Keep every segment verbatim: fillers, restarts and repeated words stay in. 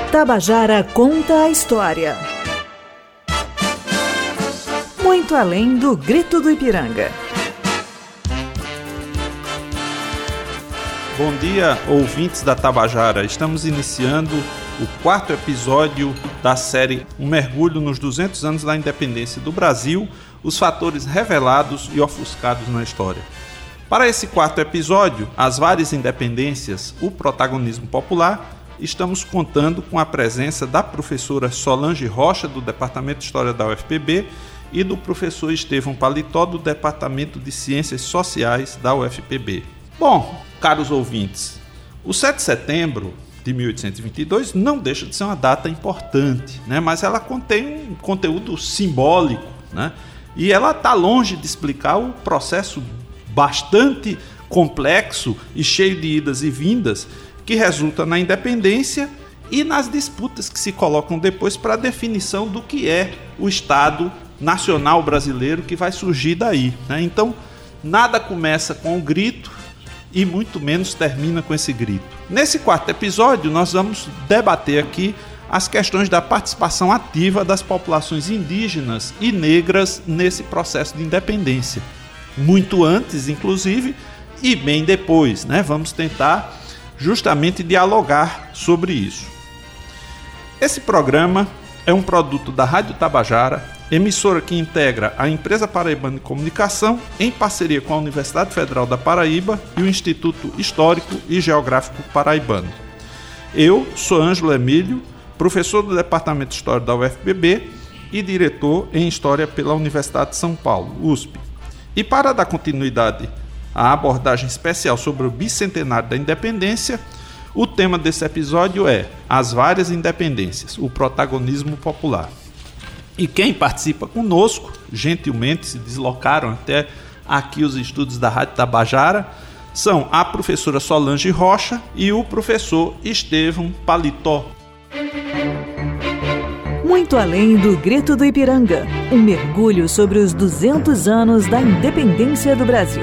Tabajara conta a história. Muito além do grito do Ipiranga. Bom dia, ouvintes da Tabajara. Estamos iniciando o quarto episódio da série Um Mergulho nos duzentos anos da Independência do Brasil, os fatores revelados e ofuscados na história. Para esse quarto episódio, As Várias Independências, o Protagonismo Popular, estamos contando com a presença da professora Solange Rocha, do Departamento de História da U F P B, e do professor Estevão Paletó, do Departamento de Ciências Sociais da U F P B. Bom, caros ouvintes, o sete de setembro de mil oitocentos e vinte e dois não deixa de ser uma data importante, né? Mas ela contém um conteúdo simbólico, né? E ela está longe de explicar o processo bastante complexo e cheio de idas e vindas que resulta na independência e nas disputas que se colocam depois para a definição do que é o Estado Nacional Brasileiro que vai surgir daí, né? Então, nada começa com o grito e muito menos termina com esse grito. Nesse quarto episódio, nós vamos debater aqui as questões da participação ativa das populações indígenas e negras nesse processo de independência. Muito antes, inclusive, e bem depois, né? Vamos tentar justamente dialogar sobre isso. Esse programa é um produto da Rádio Tabajara, emissora que integra a Empresa Paraibana de Comunicação em parceria com a Universidade Federal da Paraíba e o Instituto Histórico e Geográfico Paraibano. Eu sou Ângelo Emílio, professor do Departamento de História da U F P B e diretor em História pela Universidade de São Paulo, U S P. E para dar continuidade à abordagem especial sobre o bicentenário da independência, o tema desse episódio é As Várias Independências, o Protagonismo Popular. E quem participa conosco, gentilmente se deslocaram até aqui os estúdios da Rádio Tabajara, são a professora Solange Rocha e o professor Estevão Paletó. Muito além do grito do Ipiranga, um mergulho sobre os duzentos anos da independência do Brasil.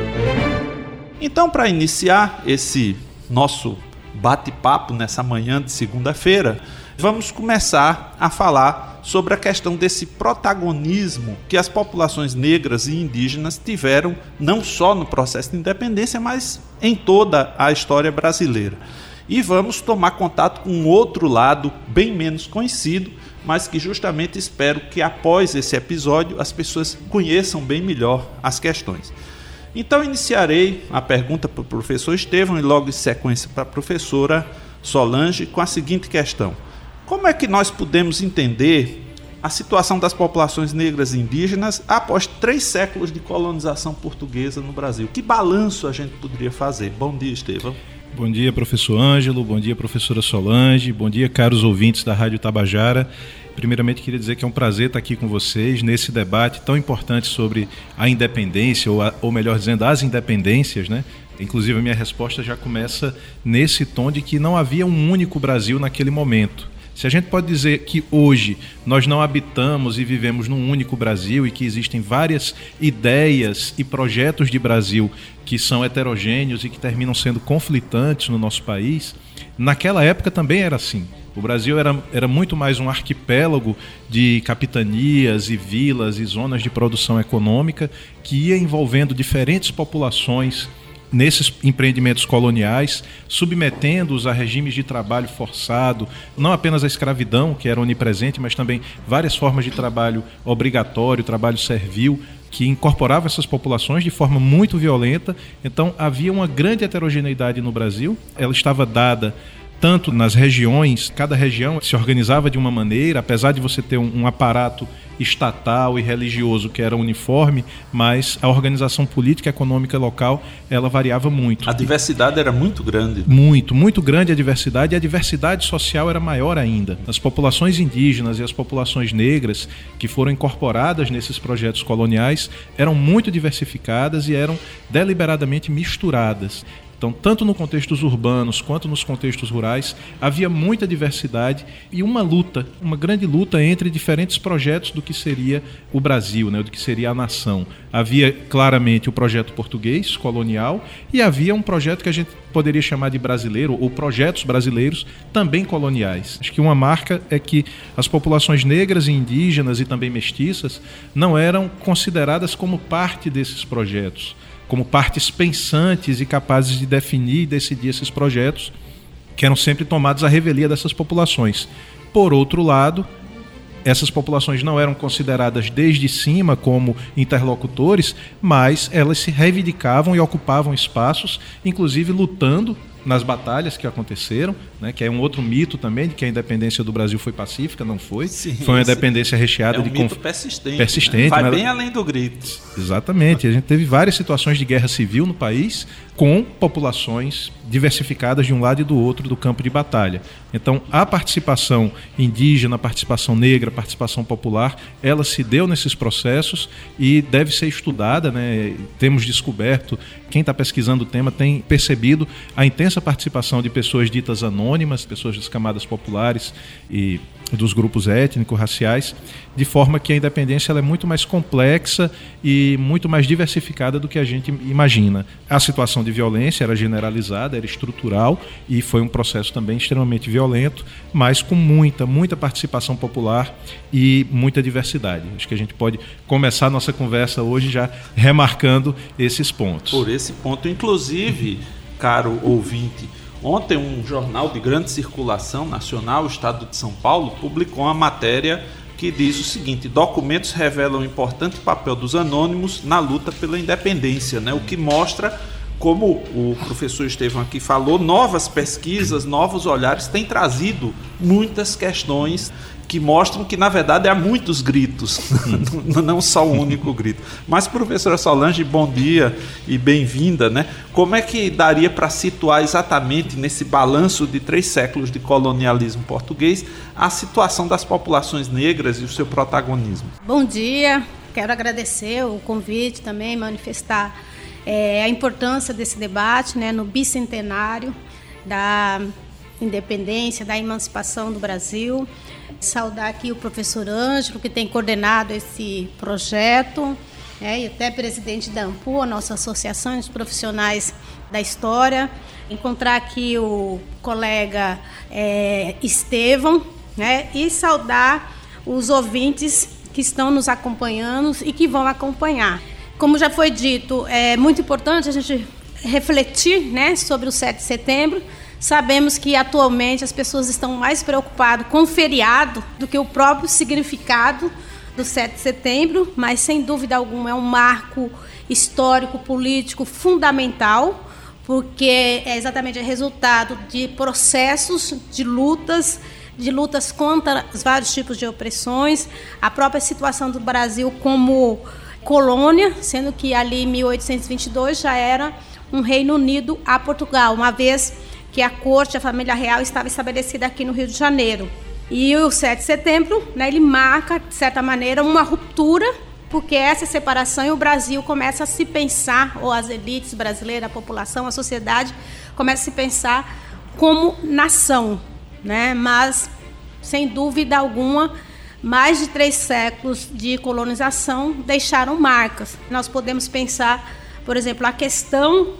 Então, para iniciar esse nosso bate-papo nessa manhã de segunda-feira, vamos começar a falar sobre a questão desse protagonismo que as populações negras e indígenas tiveram não só no processo de independência, mas em toda a história brasileira. E vamos tomar contato com um outro lado bem menos conhecido, mas que justamente espero que após esse episódio as pessoas conheçam bem melhor as questões. Então iniciarei a pergunta para o professor Estevão e logo em sequência para a professora Solange com a seguinte questão: como é que nós podemos entender a situação das populações negras e indígenas após três séculos de colonização portuguesa no Brasil? Que balanço a gente poderia fazer? Bom dia, Estevão. Bom dia, professor Ângelo, bom dia, professora Solange, bom dia, caros ouvintes da Rádio Tabajara. Primeiramente, queria dizer que é um prazer estar aqui com vocês nesse debate tão importante sobre a independência, ou, a, ou melhor dizendo, as independências, né? Inclusive, a minha resposta já começa nesse tom de que não havia um único Brasil naquele momento. Se a gente pode dizer que hoje nós não habitamos e vivemos num único Brasil e que existem várias ideias e projetos de Brasil que são heterogêneos e que terminam sendo conflitantes no nosso país, naquela época também era assim. O Brasil era, era muito mais um arquipélago de capitanias e vilas e zonas de produção econômica que ia envolvendo diferentes populações nesses empreendimentos coloniais, submetendo-os a regimes de trabalho forçado, não apenas a escravidão, que era onipresente, mas também várias formas de trabalho obrigatório, trabalho servil, que incorporava essas populações de forma muito violenta. Então havia uma grande heterogeneidade no Brasil, ela estava dada tanto nas regiões, cada região se organizava de uma maneira, apesar de você ter um, um aparato estatal e religioso que era uniforme, mas a organização política e econômica local, ela variava muito. A diversidade era muito grande. Muito, muito grande a diversidade, e a diversidade social era maior ainda. As populações indígenas e as populações negras que foram incorporadas nesses projetos coloniais eram muito diversificadas e eram deliberadamente misturadas. Então, tanto no contextos urbanos quanto nos contextos rurais, havia muita diversidade e uma luta, uma grande luta entre diferentes projetos do que seria o Brasil, né, do que seria a nação. Havia claramente o projeto português, colonial, e havia um projeto que a gente poderia chamar de brasileiro, ou projetos brasileiros também coloniais. Acho que uma marca é que as populações negras e indígenas e também mestiças não eram consideradas como parte desses projetos, como partes pensantes e capazes de definir e decidir esses projetos, que eram sempre tomados à revelia dessas populações. Por outro lado, essas populações não eram consideradas desde cima como interlocutores, mas elas se reivindicavam e ocupavam espaços, inclusive lutando nas batalhas que aconteceram, né, que é um outro mito também, de que a independência do Brasil foi pacífica, não foi. Sim, foi uma independência recheada é um de mito conf... persistente. persistente né? Vai mas... bem além do grito. Exatamente. A gente teve várias situações de guerra civil no país com populações diversificadas de um lado e do outro do campo de batalha. Então, a participação indígena, a participação negra, a participação popular, ela se deu nesses processos e deve ser estudada, né? Temos descoberto, quem está pesquisando o tema tem percebido a intensa participação de pessoas ditas anônimas, pessoas das camadas populares e dos grupos étnicos, raciais, de forma que a independência ela é muito mais complexa e muito mais diversificada do que a gente imagina. A situação de violência era generalizada, era estrutural e foi um processo também extremamente violento, mas com muita, muita participação popular e muita diversidade. Acho que a gente pode começar a nossa conversa hoje já remarcando esses pontos. Por esse ponto, inclusive, caro ouvinte, ontem um jornal de grande circulação nacional, o Estado de São Paulo, publicou uma matéria que diz o seguinte: documentos revelam o importante papel dos anônimos na luta pela independência, né? O que mostra, como o professor Estevão aqui falou, novas pesquisas, novos olhares têm trazido muitas questões que mostram que, na verdade, há muitos gritos, não só um único grito. Mas, professora Solange, bom dia e bem-vinda, né? Como é que daria para situar exatamente nesse balanço de três séculos de colonialismo português a situação das populações negras e o seu protagonismo? Bom dia, quero agradecer o convite também, manifestar é, a importância desse debate, né, no bicentenário da independência, da emancipação do Brasil. Saudar aqui o professor Ângelo, que tem coordenado esse projeto, né, e até presidente da AMPU, a nossa associação de profissionais da história. Encontrar aqui o colega é, Estevão, né, e saudar os ouvintes que estão nos acompanhando e que vão acompanhar. Como já foi dito, é muito importante a gente refletir, né, sobre o sete de setembro. Sabemos que, atualmente, as pessoas estão mais preocupadas com o feriado do que o próprio significado do sete de setembro, mas, sem dúvida alguma, é um marco histórico, político fundamental, porque é exatamente resultado de processos, de lutas, de lutas contra os vários tipos de opressões, a própria situação do Brasil como colônia, sendo que ali, em mil oitocentos e vinte e dois, já era um Reino Unido a Portugal, uma vez que a corte, a família real, estava estabelecida aqui no Rio de Janeiro. E o sete de setembro, né, ele marca, de certa maneira, uma ruptura, porque essa separação e o Brasil começa a se pensar, ou as elites brasileiras, a população, a sociedade, começa a se pensar como nação, né? Mas, sem dúvida alguma, mais de três séculos de colonização deixaram marcas. Nós podemos pensar, por exemplo, a questão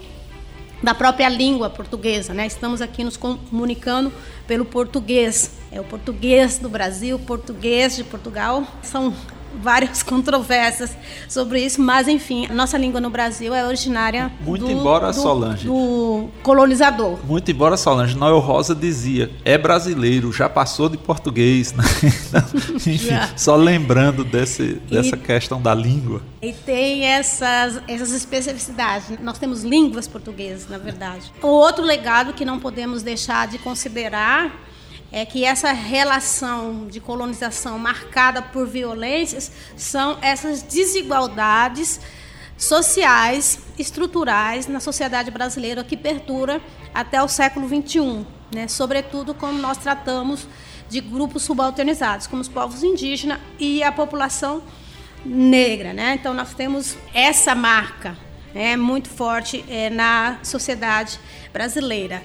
da própria língua portuguesa, né? Estamos aqui nos comunicando pelo português. É o português do Brasil, o português de Portugal. São várias controvérsias sobre isso, mas, enfim, a nossa língua no Brasil é originária muito do, embora, do, Solange, do colonizador. Muito embora, Solange, Noel Rosa dizia, é brasileiro, já passou de português, né? Enfim, já. Só lembrando desse, dessa e, questão da língua. E tem essas, essas especificidades. Nós temos línguas portuguesas, na verdade. O outro legado que não podemos deixar de considerar é que essa relação de colonização marcada por violências são essas desigualdades sociais, estruturais na sociedade brasileira que perdura até o século vinte e um, né? Sobretudo quando nós tratamos de grupos subalternizados, como os povos indígenas e a população negra, né? Então nós temos essa marca é muito forte é, na sociedade brasileira.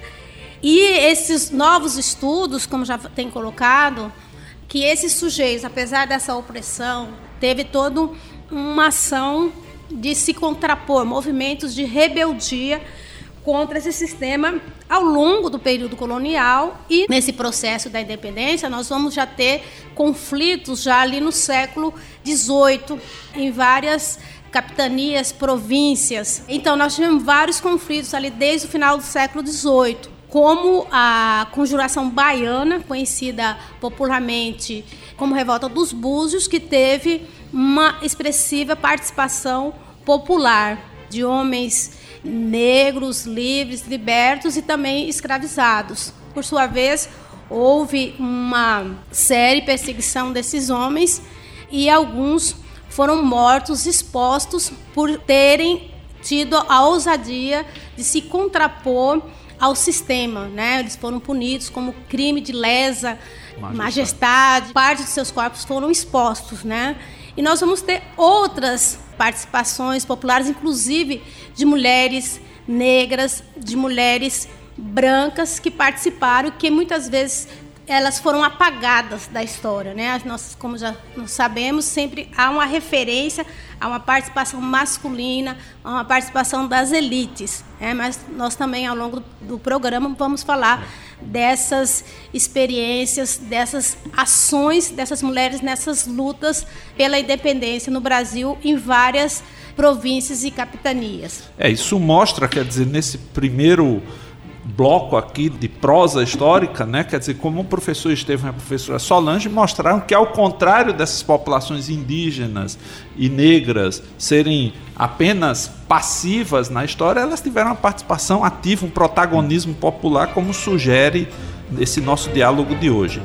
E esses novos estudos, como já tem colocado, que esses sujeitos, apesar dessa opressão, teve toda uma ação de se contrapor, movimentos de rebeldia contra esse sistema ao longo do período colonial, e nesse processo da independência nós vamos já ter conflitos já ali no século dezoito, em várias capitanias, províncias. Então nós tivemos vários conflitos ali desde o final do século dezoito, como a Conjuração Baiana, conhecida popularmente como Revolta dos Búzios, que teve uma expressiva participação popular de homens negros, livres, libertos e também escravizados. Por sua vez, houve uma séria perseguição desses homens e alguns foram mortos, expostos por terem tido a ousadia de se contrapor ao sistema, né? Eles foram punidos como crime de lesa majestade. majestade. Parte de seus corpos foram expostos, né? E nós vamos ter outras participações populares, inclusive de mulheres negras, de mulheres brancas que participaram, que muitas vezes elas foram apagadas da história, né? As nossas, como já nós sabemos, sempre há uma referência a uma participação masculina, a uma participação das elites, né? Mas nós também, ao longo do programa, vamos falar dessas experiências, dessas ações dessas mulheres nessas lutas pela independência no Brasil, em várias províncias e capitanias. É, isso mostra, quer dizer, nesse primeiro bloco aqui de prosa histórica, né? Quer dizer, como o professor Estevão e a professora Solange mostraram que, ao contrário dessas populações indígenas e negras serem apenas passivas na história, elas tiveram uma participação ativa, um protagonismo popular, como sugere esse nosso diálogo de hoje.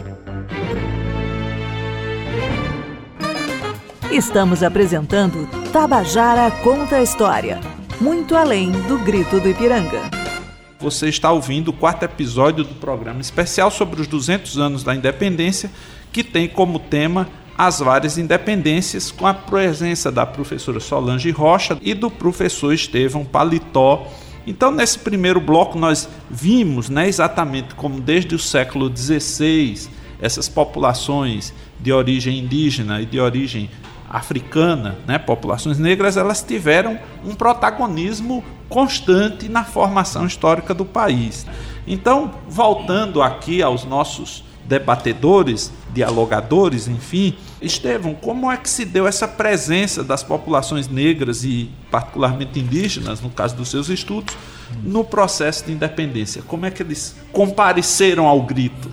Estamos apresentando Tabajara Conta a História, muito além do grito do Ipiranga. Você está ouvindo o quarto episódio do programa especial sobre os duzentos anos da independência, que tem como tema as várias independências, com a presença da professora Solange Rocha e do professor Estevão Paletó. Então, nesse primeiro bloco, nós vimos, né, exatamente como desde o século dezesseis, essas populações de origem indígena e de origem africana, né, populações negras, elas tiveram um protagonismo constante na formação histórica do país. Então, voltando aqui aos nossos debatedores, dialogadores, enfim, Estevão, como é que se deu essa presença das populações negras e particularmente indígenas, no caso dos seus estudos, no processo de independência? Como é que eles compareceram ao grito?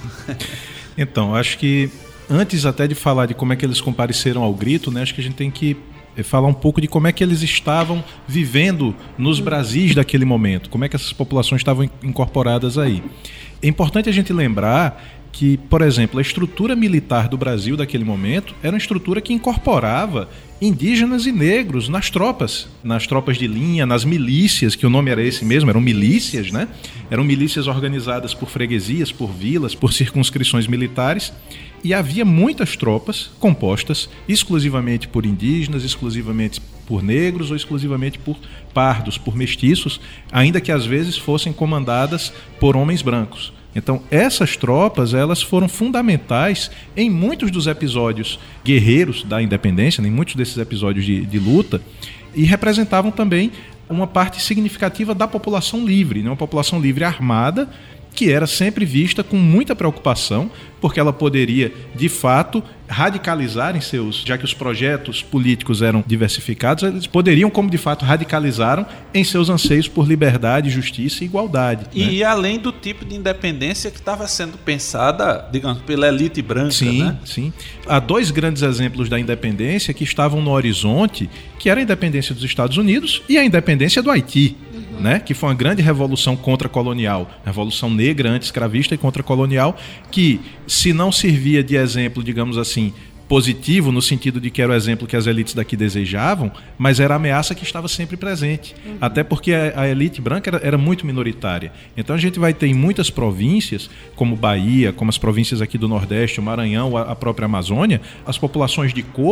Então, acho que antes até de falar de como é que eles compareceram ao grito, né, acho que a gente tem que falar um pouco de como é que eles estavam vivendo nos Brasis daquele momento, como é que essas populações estavam incorporadas aí. É importante a gente lembrar que, por exemplo, a estrutura militar do Brasil daquele momento era uma estrutura que incorporava indígenas e negros nas tropas, nas tropas de linha, nas milícias, que o nome era esse mesmo, eram milícias, né? Eram milícias organizadas por freguesias, por vilas, por circunscrições militares, e havia muitas tropas compostas exclusivamente por indígenas, exclusivamente por negros ou exclusivamente por pardos, por mestiços, ainda que às vezes fossem comandadas por homens brancos. Então, essas tropas, elas foram fundamentais em muitos dos episódios guerreiros da independência, em muitos desses episódios de, de luta, e representavam também uma parte significativa da população livre, né? Uma população livre armada, que era sempre vista com muita preocupação, porque ela poderia, de fato, radicalizar em seus... Já que os projetos políticos eram diversificados, eles poderiam, como de fato radicalizaram, em seus anseios por liberdade, justiça e igualdade. E né? além do tipo de independência que estava sendo pensada, digamos, pela elite branca, sim, né? Sim, há dois grandes exemplos da independência que estavam no horizonte, que era a independência dos Estados Unidos e a independência do Haiti. Né, que foi uma grande revolução contra-colonial, revolução negra, anti-escravista e contra-colonial, que, se não servia de exemplo, digamos assim, positivo, no sentido de que era o exemplo que as elites daqui desejavam, mas era a ameaça que estava sempre presente. Uhum. Até porque a, a elite branca era, era muito minoritária. Então a gente vai ter em muitas províncias, como Bahia, como as províncias aqui do Nordeste, o Maranhão, a, a própria Amazônia, as populações de cor,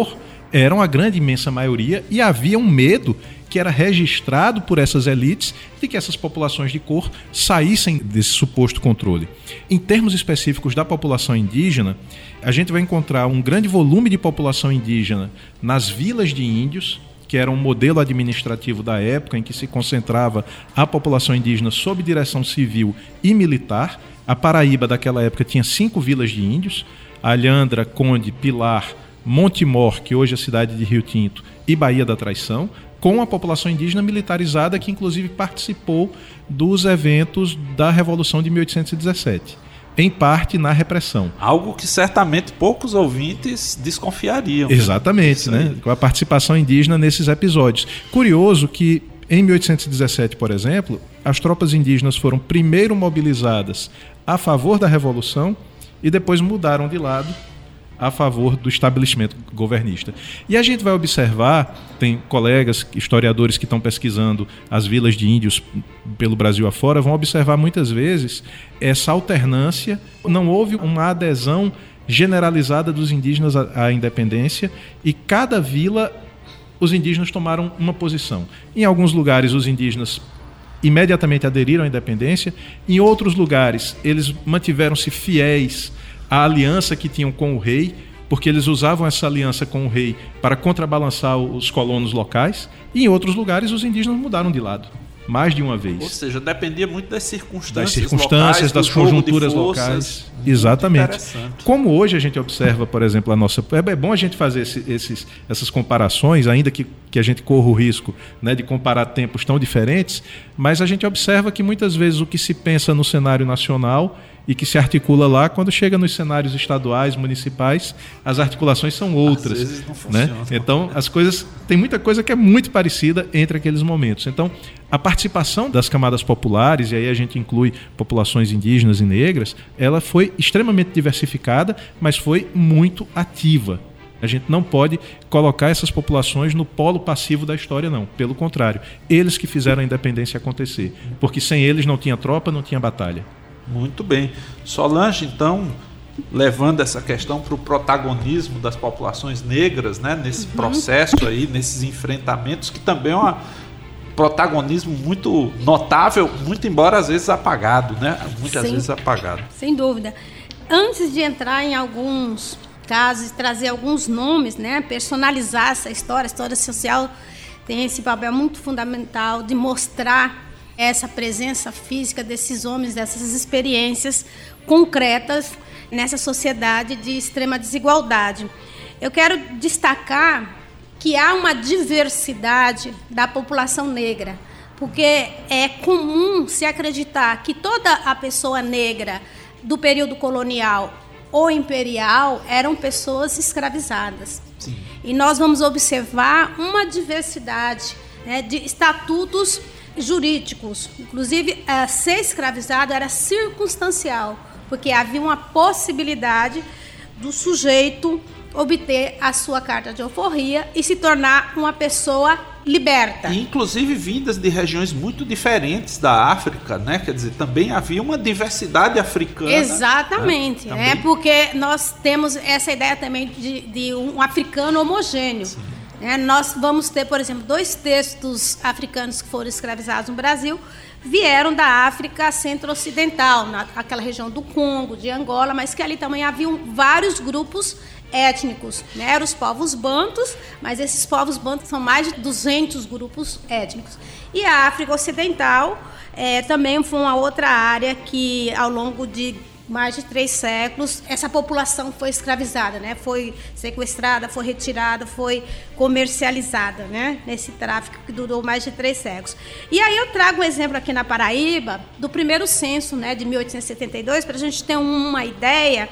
eram a grande imensa maioria, e havia um medo que era registrado por essas elites de que essas populações de cor saíssem desse suposto controle. Em termos específicos da população indígena, a gente vai encontrar um grande volume de população indígena nas vilas de índios, que era um modelo administrativo da época em que se concentrava a população indígena sob direção civil e militar. A Paraíba daquela época tinha cinco vilas de índios: Alhandra, Conde, Pilar, Montemor, que hoje é a cidade de Rio Tinto, e Baía da Traição, com a população indígena militarizada que inclusive participou dos eventos da Revolução de mil oitocentos e dezessete, em parte na repressão. Algo que certamente poucos ouvintes desconfiariam. Exatamente, né? Com a participação indígena nesses episódios. Curioso que em mil oitocentos e dezessete, por exemplo, as tropas indígenas foram primeiro mobilizadas a favor da Revolução e depois mudaram de lado a favor do estabelecimento governista. E a gente vai observar, tem colegas, historiadores que estão pesquisando as vilas de índios pelo Brasil afora, vão observar muitas vezes essa alternância. Não houve uma adesão generalizada dos indígenas à, à independência, e cada vila os indígenas tomaram uma posição. Em alguns lugares os indígenas imediatamente aderiram à independência, em outros lugares eles mantiveram-se fiéis a aliança que tinham com o rei, porque eles usavam essa aliança com o rei para contrabalançar os colonos locais, e em outros lugares os indígenas mudaram de lado, mais de uma vez. Ou seja, dependia muito das circunstâncias, das circunstâncias, locais, das conjunturas locais. Exatamente. Como hoje a gente observa, por exemplo, a nossa... É bom a gente fazer esse, esses, essas comparações, ainda que, que a gente corra o risco, né, de comparar tempos tão diferentes, mas a gente observa que muitas vezes o que se pensa no cenário nacional e que se articula lá, quando chega nos cenários estaduais, municipais, as articulações são outras. Às vezes não funciona, né? Então, as coisas, tem muita coisa que é muito parecida entre aqueles momentos. Então, a participação das camadas populares, e aí a gente inclui populações indígenas e negras, ela foi extremamente diversificada, mas foi muito ativa. A gente não pode colocar essas populações no polo passivo da história, não. Pelo contrário, eles que fizeram a independência acontecer. Porque sem eles não tinha tropa, não tinha batalha. Muito bem. Solange, então, levando essa questão para o protagonismo das populações negras, né, nesse uhum. processo aí, nesses enfrentamentos, que também é um protagonismo muito notável, muito embora às vezes apagado, né? Muitas Sim, vezes apagado. Sem dúvida. Antes de entrar em alguns casos, trazer alguns nomes, né, personalizar essa história, a história social tem esse papel muito fundamental de mostrar essa presença física desses homens, dessas experiências concretas nessa sociedade de extrema desigualdade. Eu quero destacar que há uma diversidade da população negra, porque é comum se acreditar que toda a pessoa negra do período colonial ou imperial eram pessoas escravizadas. Sim. E nós vamos observar uma diversidade, né, de estatutos jurídicos. Inclusive, ser escravizado era circunstancial, porque havia uma possibilidade do sujeito obter a sua carta de alforria e se tornar uma pessoa liberta. E, inclusive vindas de regiões muito diferentes da África, né? Quer dizer, também havia uma diversidade africana. Exatamente, né? né? Porque nós temos essa ideia também de, de um africano homogêneo. Sim. É, nós vamos ter, por exemplo, dois terços africanos que foram escravizados no Brasil vieram da África centro-ocidental, naquela região do Congo, de Angola, mas que ali também haviam vários grupos étnicos, né? Eram os povos bantus, mas esses povos bantus são mais de duzentos grupos étnicos. E a África Ocidental é, também foi uma outra área que, ao longo de mais de três séculos, essa população foi escravizada, né? Foi sequestrada, foi retirada, foi comercializada, né? Nesse tráfico que durou mais de três séculos. E aí eu trago um exemplo aqui na Paraíba, do primeiro censo, né, de mil oitocentos e setenta e dois, para a gente ter uma ideia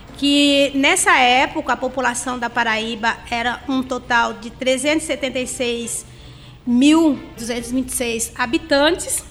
que, nessa época, a população da Paraíba era um total de trezentos e setenta e seis mil duzentos e vinte e seis habitantes,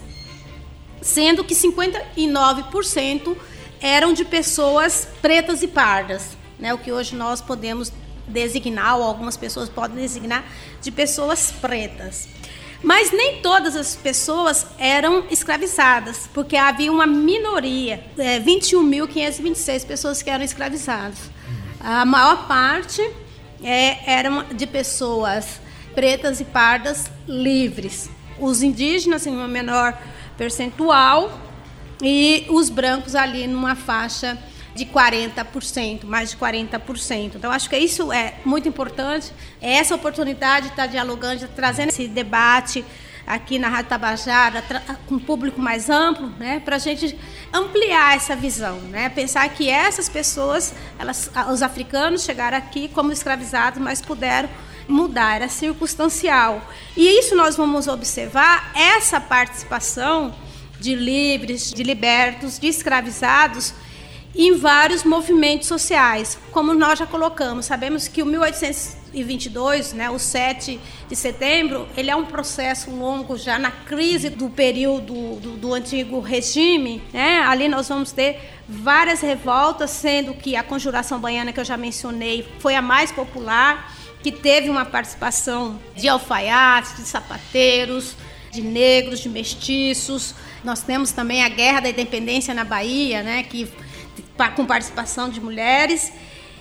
sendo que cinquenta e nove por cento eram de pessoas pretas e pardas, né? O que hoje nós podemos designar, ou algumas pessoas podem designar, de pessoas pretas. Mas nem todas as pessoas eram escravizadas, porque havia uma minoria, é, vinte e um mil quinhentas e vinte e seis pessoas que eram escravizadas. A maior parte é, eram de pessoas pretas e pardas livres. Os indígenas em uma menor percentual e os brancos ali numa faixa de quarenta por cento, mais de quarenta por cento. Então, acho que isso é muito importante. É essa oportunidade de estar dialogando, trazendo esse debate aqui na Rádio Tabajara, com um público mais amplo, né, para a gente ampliar essa visão, né, pensar que essas pessoas, elas, os africanos chegaram aqui como escravizados, mas puderam mudar, era circunstancial. E isso nós vamos observar, essa participação de livres, de libertos, de escravizados, em vários movimentos sociais. Como nós já colocamos, sabemos que o mil oitocentos e vinte e dois, né, o sete de setembro, ele é um processo longo já na crise do período do, do antigo regime, né? Ali nós vamos ter várias revoltas, sendo que a Conjuração Baiana, que eu já mencionei, foi a mais popular, que teve uma participação de alfaiates, de sapateiros, de negros, de mestiços. Nós temos também a Guerra da Independência na Bahia, né, que com participação de mulheres.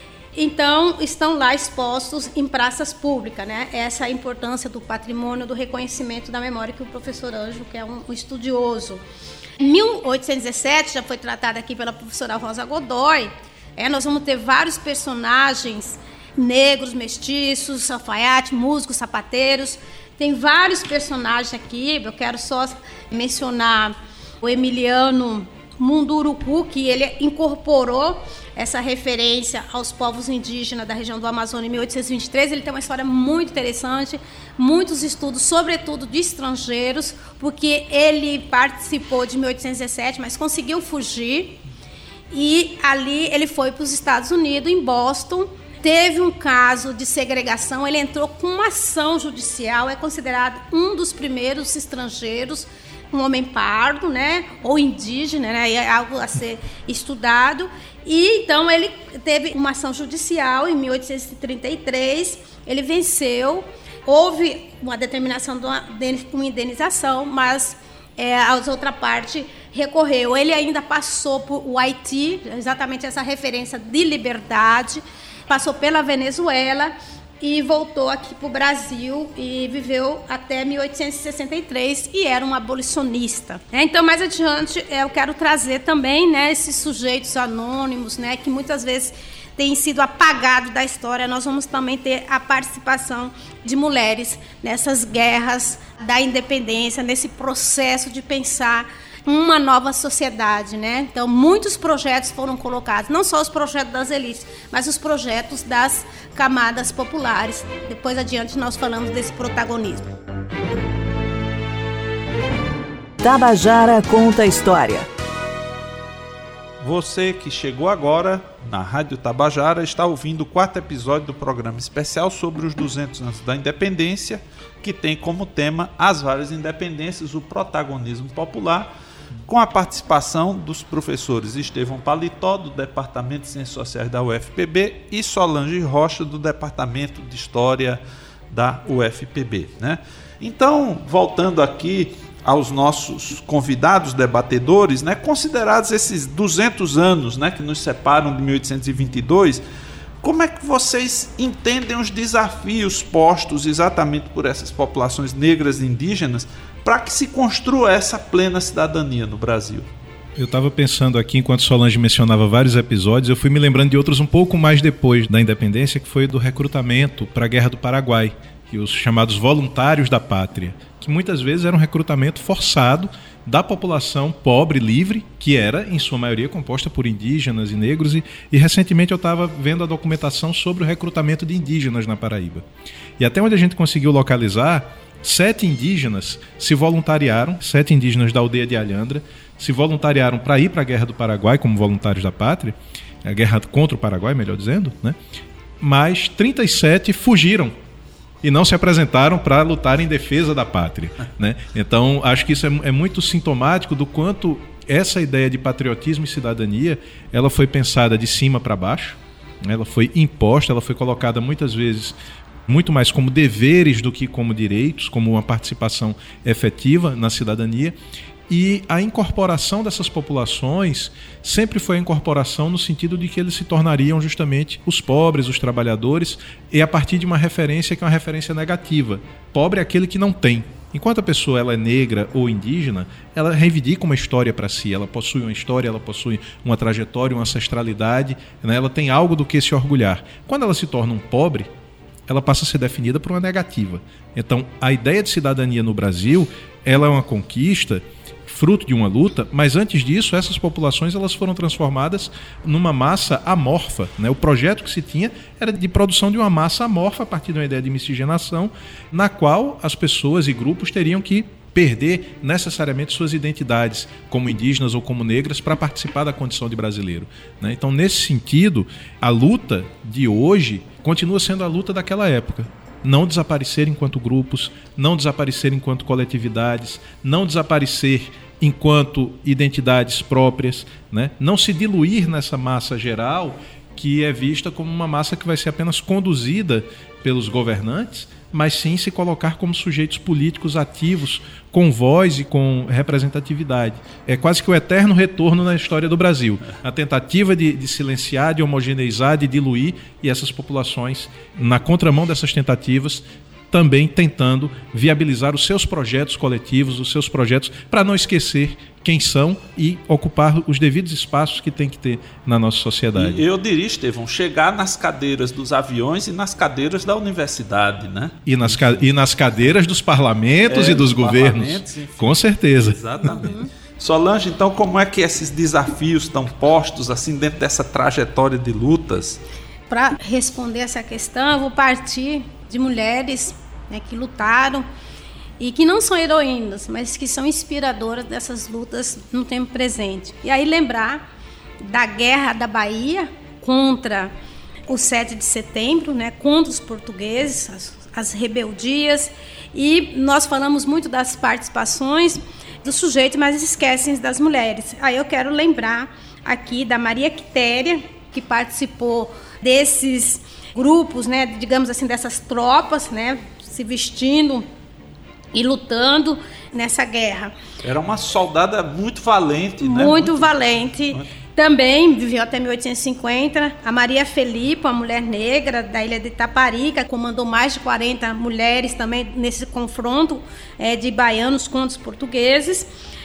Então, estão lá expostos em praças públicas, né? Essa é a importância do patrimônio, do reconhecimento da memória, que o professor Ângelo, que é um, um estudioso. Em mil oitocentos e dezessete, já foi tratado aqui pela professora Rosa Godoy, é, nós vamos ter vários personagens negros, mestiços, alfaiate, músicos, sapateiros. Tem vários personagens aqui, eu quero só mencionar o Emiliano Munduruku, que ele incorporou essa referência aos povos indígenas da região do Amazonas em mil oitocentos e vinte e três. Ele tem uma história muito interessante, muitos estudos, sobretudo de estrangeiros, porque ele participou de mil oitocentos e dezessete, mas conseguiu fugir, e ali ele foi para os Estados Unidos, em Boston. Teve um caso de segregação, ele entrou com uma ação judicial, é considerado um dos primeiros estrangeiros, um homem pardo, né, ou indígena, né, é algo a ser estudado. E então ele teve uma ação judicial em mil oitocentos e trinta e três, ele venceu, houve uma determinação de uma, de uma indenização, mas é, a outra parte recorreu. Ele ainda passou por o Haiti, exatamente essa referência de liberdade, passou pela Venezuela e voltou aqui para o Brasil e viveu até mil oitocentos e sessenta e três e era um abolicionista. É, então, mais adiante, eu quero trazer também, né, esses sujeitos anônimos, né, que muitas vezes têm sido apagados da história. Nós vamos também ter a participação de mulheres nessas guerras da independência, nesse processo de pensar uma nova sociedade, né? Então, muitos projetos foram colocados, não só os projetos das elites, mas os projetos das camadas populares. Depois adiante nós falamos desse protagonismo. Tabajara conta a história. Você que chegou agora na Rádio Tabajara está ouvindo o quarto episódio do programa especial sobre os duzentos anos da independência, que tem como tema as várias independências, o protagonismo popular, com a participação dos professores Estevão Paletó, do Departamento de Ciências Sociais da U F P B, e Solange Rocha, do Departamento de História da U F P B, né? Então, voltando aqui aos nossos convidados debatedores, né, considerados esses duzentos anos, né, que nos separam de mil oitocentos e vinte e dois, como é que vocês entendem os desafios postos exatamente por essas populações negras e indígenas para que se construa essa plena cidadania no Brasil? Eu estava pensando aqui, enquanto Solange mencionava vários episódios, eu fui me lembrando de outros um pouco mais depois da independência, que foi do recrutamento para a Guerra do Paraguai, e os chamados voluntários da pátria, que muitas vezes era um recrutamento forçado da população pobre, livre, que era, em sua maioria, composta por indígenas e negros, e, e recentemente eu estava vendo a documentação sobre o recrutamento de indígenas na Paraíba. E até onde a gente conseguiu localizar, sete indígenas se voluntariaram, sete indígenas da aldeia de Alhandra, se voluntariaram para ir para a Guerra do Paraguai como voluntários da pátria, a guerra contra o Paraguai, melhor dizendo, né? Mas trinta e sete fugiram e não se apresentaram para lutar em defesa da pátria, né? Então, acho que isso é, é muito sintomático do quanto essa ideia de patriotismo e cidadania, ela foi pensada de cima para baixo, né? Ela foi imposta, ela foi colocada muitas vezes muito mais como deveres do que como direitos, como uma participação efetiva na cidadania. E a incorporação dessas populações sempre foi a incorporação no sentido de que eles se tornariam justamente os pobres, os trabalhadores, e a partir de uma referência que é uma referência negativa. Pobre é aquele que não tem. Enquanto a pessoa ela é negra ou indígena, ela reivindica uma história para si, ela possui uma história, ela possui uma trajetória, uma ancestralidade, né? Ela tem algo do que se orgulhar. Quando ela se torna um pobre, ela passa a ser definida por uma negativa. Então, a ideia de cidadania no Brasil, ela é uma conquista fruto de uma luta, mas antes disso, essas populações elas foram transformadas numa massa amorfa, né? O projeto que se tinha era de produção de uma massa amorfa a partir de uma ideia de miscigenação, na qual as pessoas e grupos teriam que perder necessariamente suas identidades como indígenas ou como negras para participar da condição de brasileiro, né? Então, nesse sentido, a luta de hoje continua sendo a luta daquela época. Não desaparecer enquanto grupos, não desaparecer enquanto coletividades, não desaparecer enquanto identidades próprias, né? Não se diluir nessa massa geral que é vista como uma massa que vai ser apenas conduzida pelos governantes, mas sim se colocar como sujeitos políticos ativos, com voz e com representatividade. É quase que o eterno retorno na história do Brasil. A tentativa de, de silenciar, de homogeneizar, de diluir, e essas populações, na contramão dessas tentativas, também tentando viabilizar os seus projetos coletivos, os seus projetos, para não esquecer quem são e ocupar os devidos espaços que tem que ter na nossa sociedade. E eu diria, Estevão, chegar nas cadeiras dos aviões e nas cadeiras da universidade, né? E nas, e nas cadeiras dos parlamentos é, e dos, dos governos, enfim. Com certeza. Exatamente. Solange, então, como é que esses desafios estão postos assim dentro dessa trajetória de lutas? Para responder essa questão, eu vou partir de mulheres, né, que lutaram e que não são heroínas, mas que são inspiradoras dessas lutas no tempo presente. E aí lembrar da Guerra da Bahia contra o sete de setembro, né, contra os portugueses, as, as rebeldias, e nós falamos muito das participações do sujeito, mas esquecem das mulheres. Aí eu quero lembrar aqui da Maria Quitéria, que participou desses grupos, né, digamos assim, dessas tropas, né, se vestindo e lutando nessa guerra. Era uma soldada muito valente, né? Muito, muito valente. Muito. Também viveu até mil oitocentos e cinquenta. A Maria Felipe, uma mulher negra da ilha de Itaparica, comandou mais de quarenta mulheres também nesse confronto é, de baianos contra os portugueses.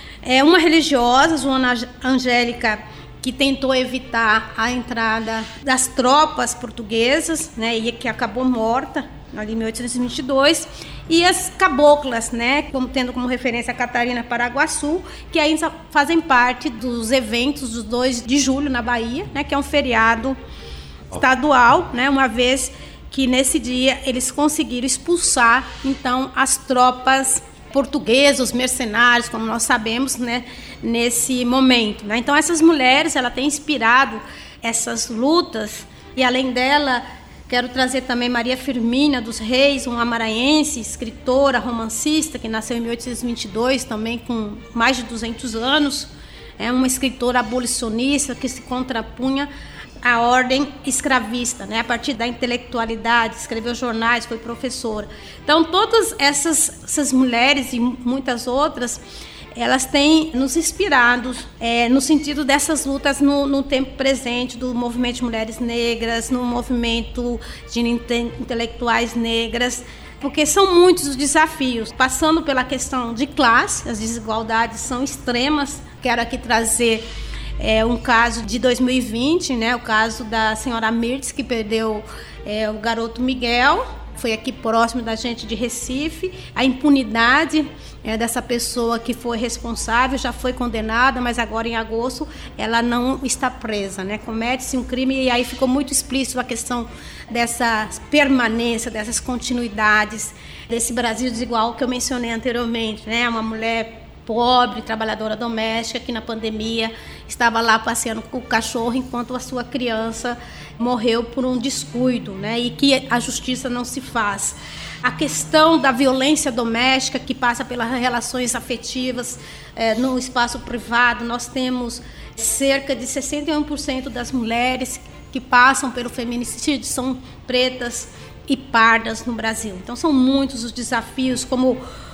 É uma religiosa, Joana Angélica, que tentou evitar a entrada das tropas portuguesas, né, e que acabou morta ali em mil oitocentos e vinte e dois, e as caboclas, né, como, tendo como referência a Catarina Paraguaçu, que ainda fazem parte dos eventos do dois de julho na Bahia, né, que é um feriado estadual, né, uma vez que nesse dia eles conseguiram expulsar então as tropas portugueses, os mercenários, como nós sabemos, né, nesse momento, né? Então essas mulheres, ela tem inspirado essas lutas, e além dela quero trazer também Maria Firmina dos Reis, uma maranhense, escritora, romancista, que nasceu em mil oitocentos e vinte e dois, também com mais de duzentos anos, é uma escritora abolicionista que se contrapunha à ordem escravista, né? A partir da intelectualidade, escreveu jornais, foi professora. Então, todas essas, essas mulheres e muitas outras, elas têm nos inspirado é, no sentido dessas lutas no, no tempo presente, do movimento de mulheres negras, no movimento de inte- intelectuais negras, porque são muitos os desafios, passando pela questão de classe, as desigualdades são extremas. Quero aqui trazer É um caso de dois mil e vinte, né, o caso da senhora Mirtz, que perdeu é, o garoto Miguel, foi aqui próximo da gente de Recife. A impunidade é, dessa pessoa que foi responsável, já foi condenada, mas agora em agosto ela não está presa, né? Comete-se um crime, e aí ficou muito explícito a questão dessa permanência, dessas continuidades, desse Brasil desigual que eu mencionei anteriormente, né? Uma mulher pobre, trabalhadora doméstica, que na pandemia estava lá passeando com o cachorro enquanto a sua criança morreu por um descuido, né? E que a justiça não se faz. A questão da violência doméstica, que passa pelas relações afetivas é, no espaço privado. Nós temos cerca de sessenta e um por cento das mulheres que passam pelo feminicídio são pretas e pardas no Brasil. Então são muitos os desafios, como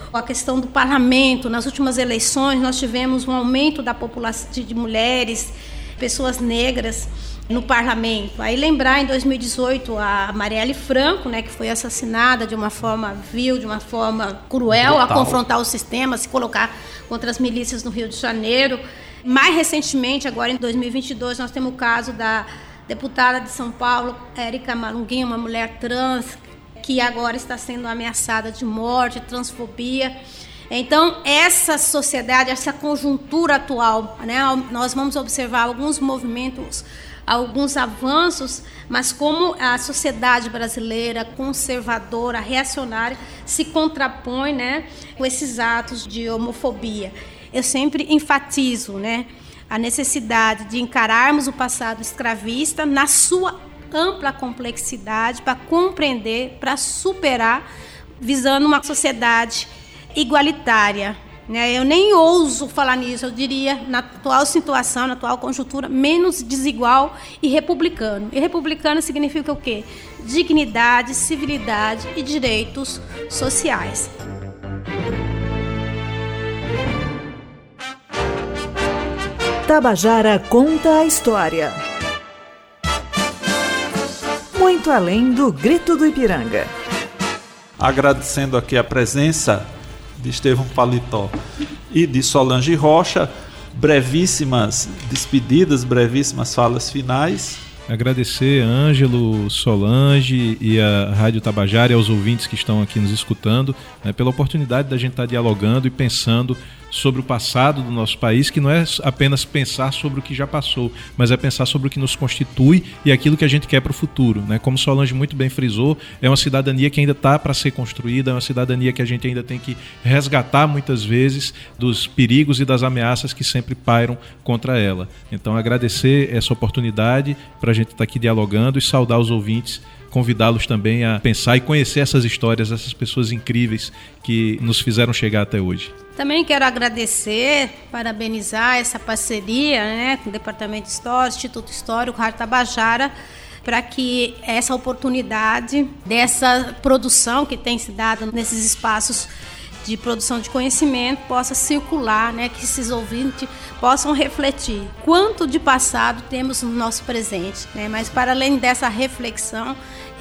a questão do parlamento. Nas últimas eleições, nós tivemos um aumento da população de mulheres, pessoas negras no parlamento. Aí lembrar, em dois mil e dezoito, a Marielle Franco, né, que foi assassinada de uma forma vil, de uma forma cruel, Total. a confrontar o sistema, se colocar contra as milícias no Rio de Janeiro. Mais recentemente, agora em dois mil e vinte e dois, nós temos o caso da deputada de São Paulo, Érica Malunguinho, uma mulher trans, que agora está sendo ameaçada de morte, transfobia. Então, essa sociedade, essa conjuntura atual, né, nós vamos observar alguns movimentos, alguns avanços, mas como a sociedade brasileira conservadora, reacionária, se contrapõe, né, com esses atos de homofobia. Eu sempre enfatizo, né, a necessidade de encararmos o passado escravista na sua ampla complexidade para compreender, para superar, visando uma sociedade igualitária. Eu nem ouso falar nisso, eu diria, na atual situação, na atual conjuntura, menos desigual e republicano. E republicano significa o quê? Dignidade, civilidade e direitos sociais. Tabajara conta a história. Muito além do grito do Ipiranga. Agradecendo aqui a presença de Estevão Paletó e de Solange Rocha, brevíssimas despedidas, brevíssimas falas finais. Agradecer a Ângelo, Solange e a Rádio Tabajara e aos ouvintes que estão aqui nos escutando, né, pela oportunidade da gente estar dialogando e pensando sobre o passado do nosso país, que não é apenas pensar sobre o que já passou, mas é pensar sobre o que nos constitui e aquilo que a gente quer para o futuro, né? Como Solange muito bem frisou, é uma cidadania que ainda está para ser construída, é uma cidadania que a gente ainda tem que resgatar muitas vezes dos perigos e das ameaças que sempre pairam contra ela. Então, agradecer essa oportunidade para a gente estar aqui dialogando e saudar os ouvintes, convidá-los também a pensar e conhecer essas histórias, essas pessoas incríveis que nos fizeram chegar até hoje. Também quero agradecer, parabenizar essa parceria, né, com o Departamento Histórico, Instituto Histórico, Rádio Tabajara, para que essa oportunidade dessa produção que tem se dado nesses espaços de produção de conhecimento possa circular, né, que esses ouvintes possam refletir quanto de passado temos no nosso presente, né, mas para além dessa reflexão,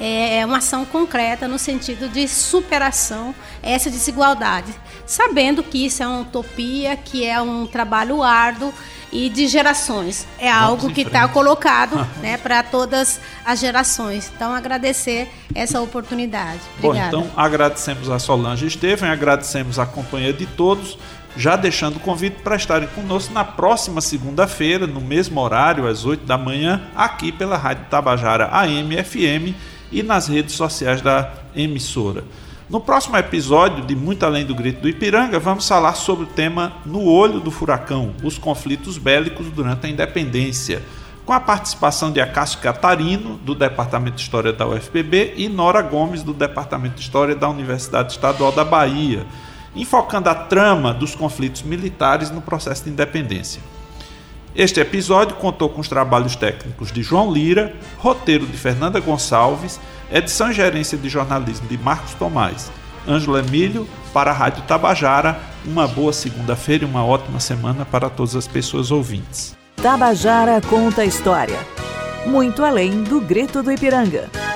é uma ação concreta no sentido de superação a essa desigualdade, sabendo que isso é uma utopia, que é um trabalho árduo e de gerações. É Vamos algo que está colocado, né, para todas as gerações. Então, agradecer essa oportunidade. Obrigada. Bom, então, agradecemos a Solange e Estevão, agradecemos a companhia de todos, já deixando o convite para estarem conosco na próxima segunda-feira, no mesmo horário, às oito da manhã, aqui pela Rádio Tabajara A M F M e nas redes sociais da emissora. No próximo episódio de Muito Além do Grito do Ipiranga, vamos falar sobre o tema No Olho do Furacão, os conflitos bélicos durante a independência, com a participação de Acácio Catarino, do Departamento de História da U F P B, e Nora Gomes, do Departamento de História da Universidade Estadual da Bahia, enfocando a trama dos conflitos militares no processo de independência. Este episódio contou com os trabalhos técnicos de João Lira, roteiro de Fernanda Gonçalves, edição e gerência de jornalismo de Marcos Tomás. Ângelo Emílio, para a Rádio Tabajara, uma boa segunda-feira e uma ótima semana para todas as pessoas ouvintes. Tabajara conta a história. Muito além do grito do Ipiranga.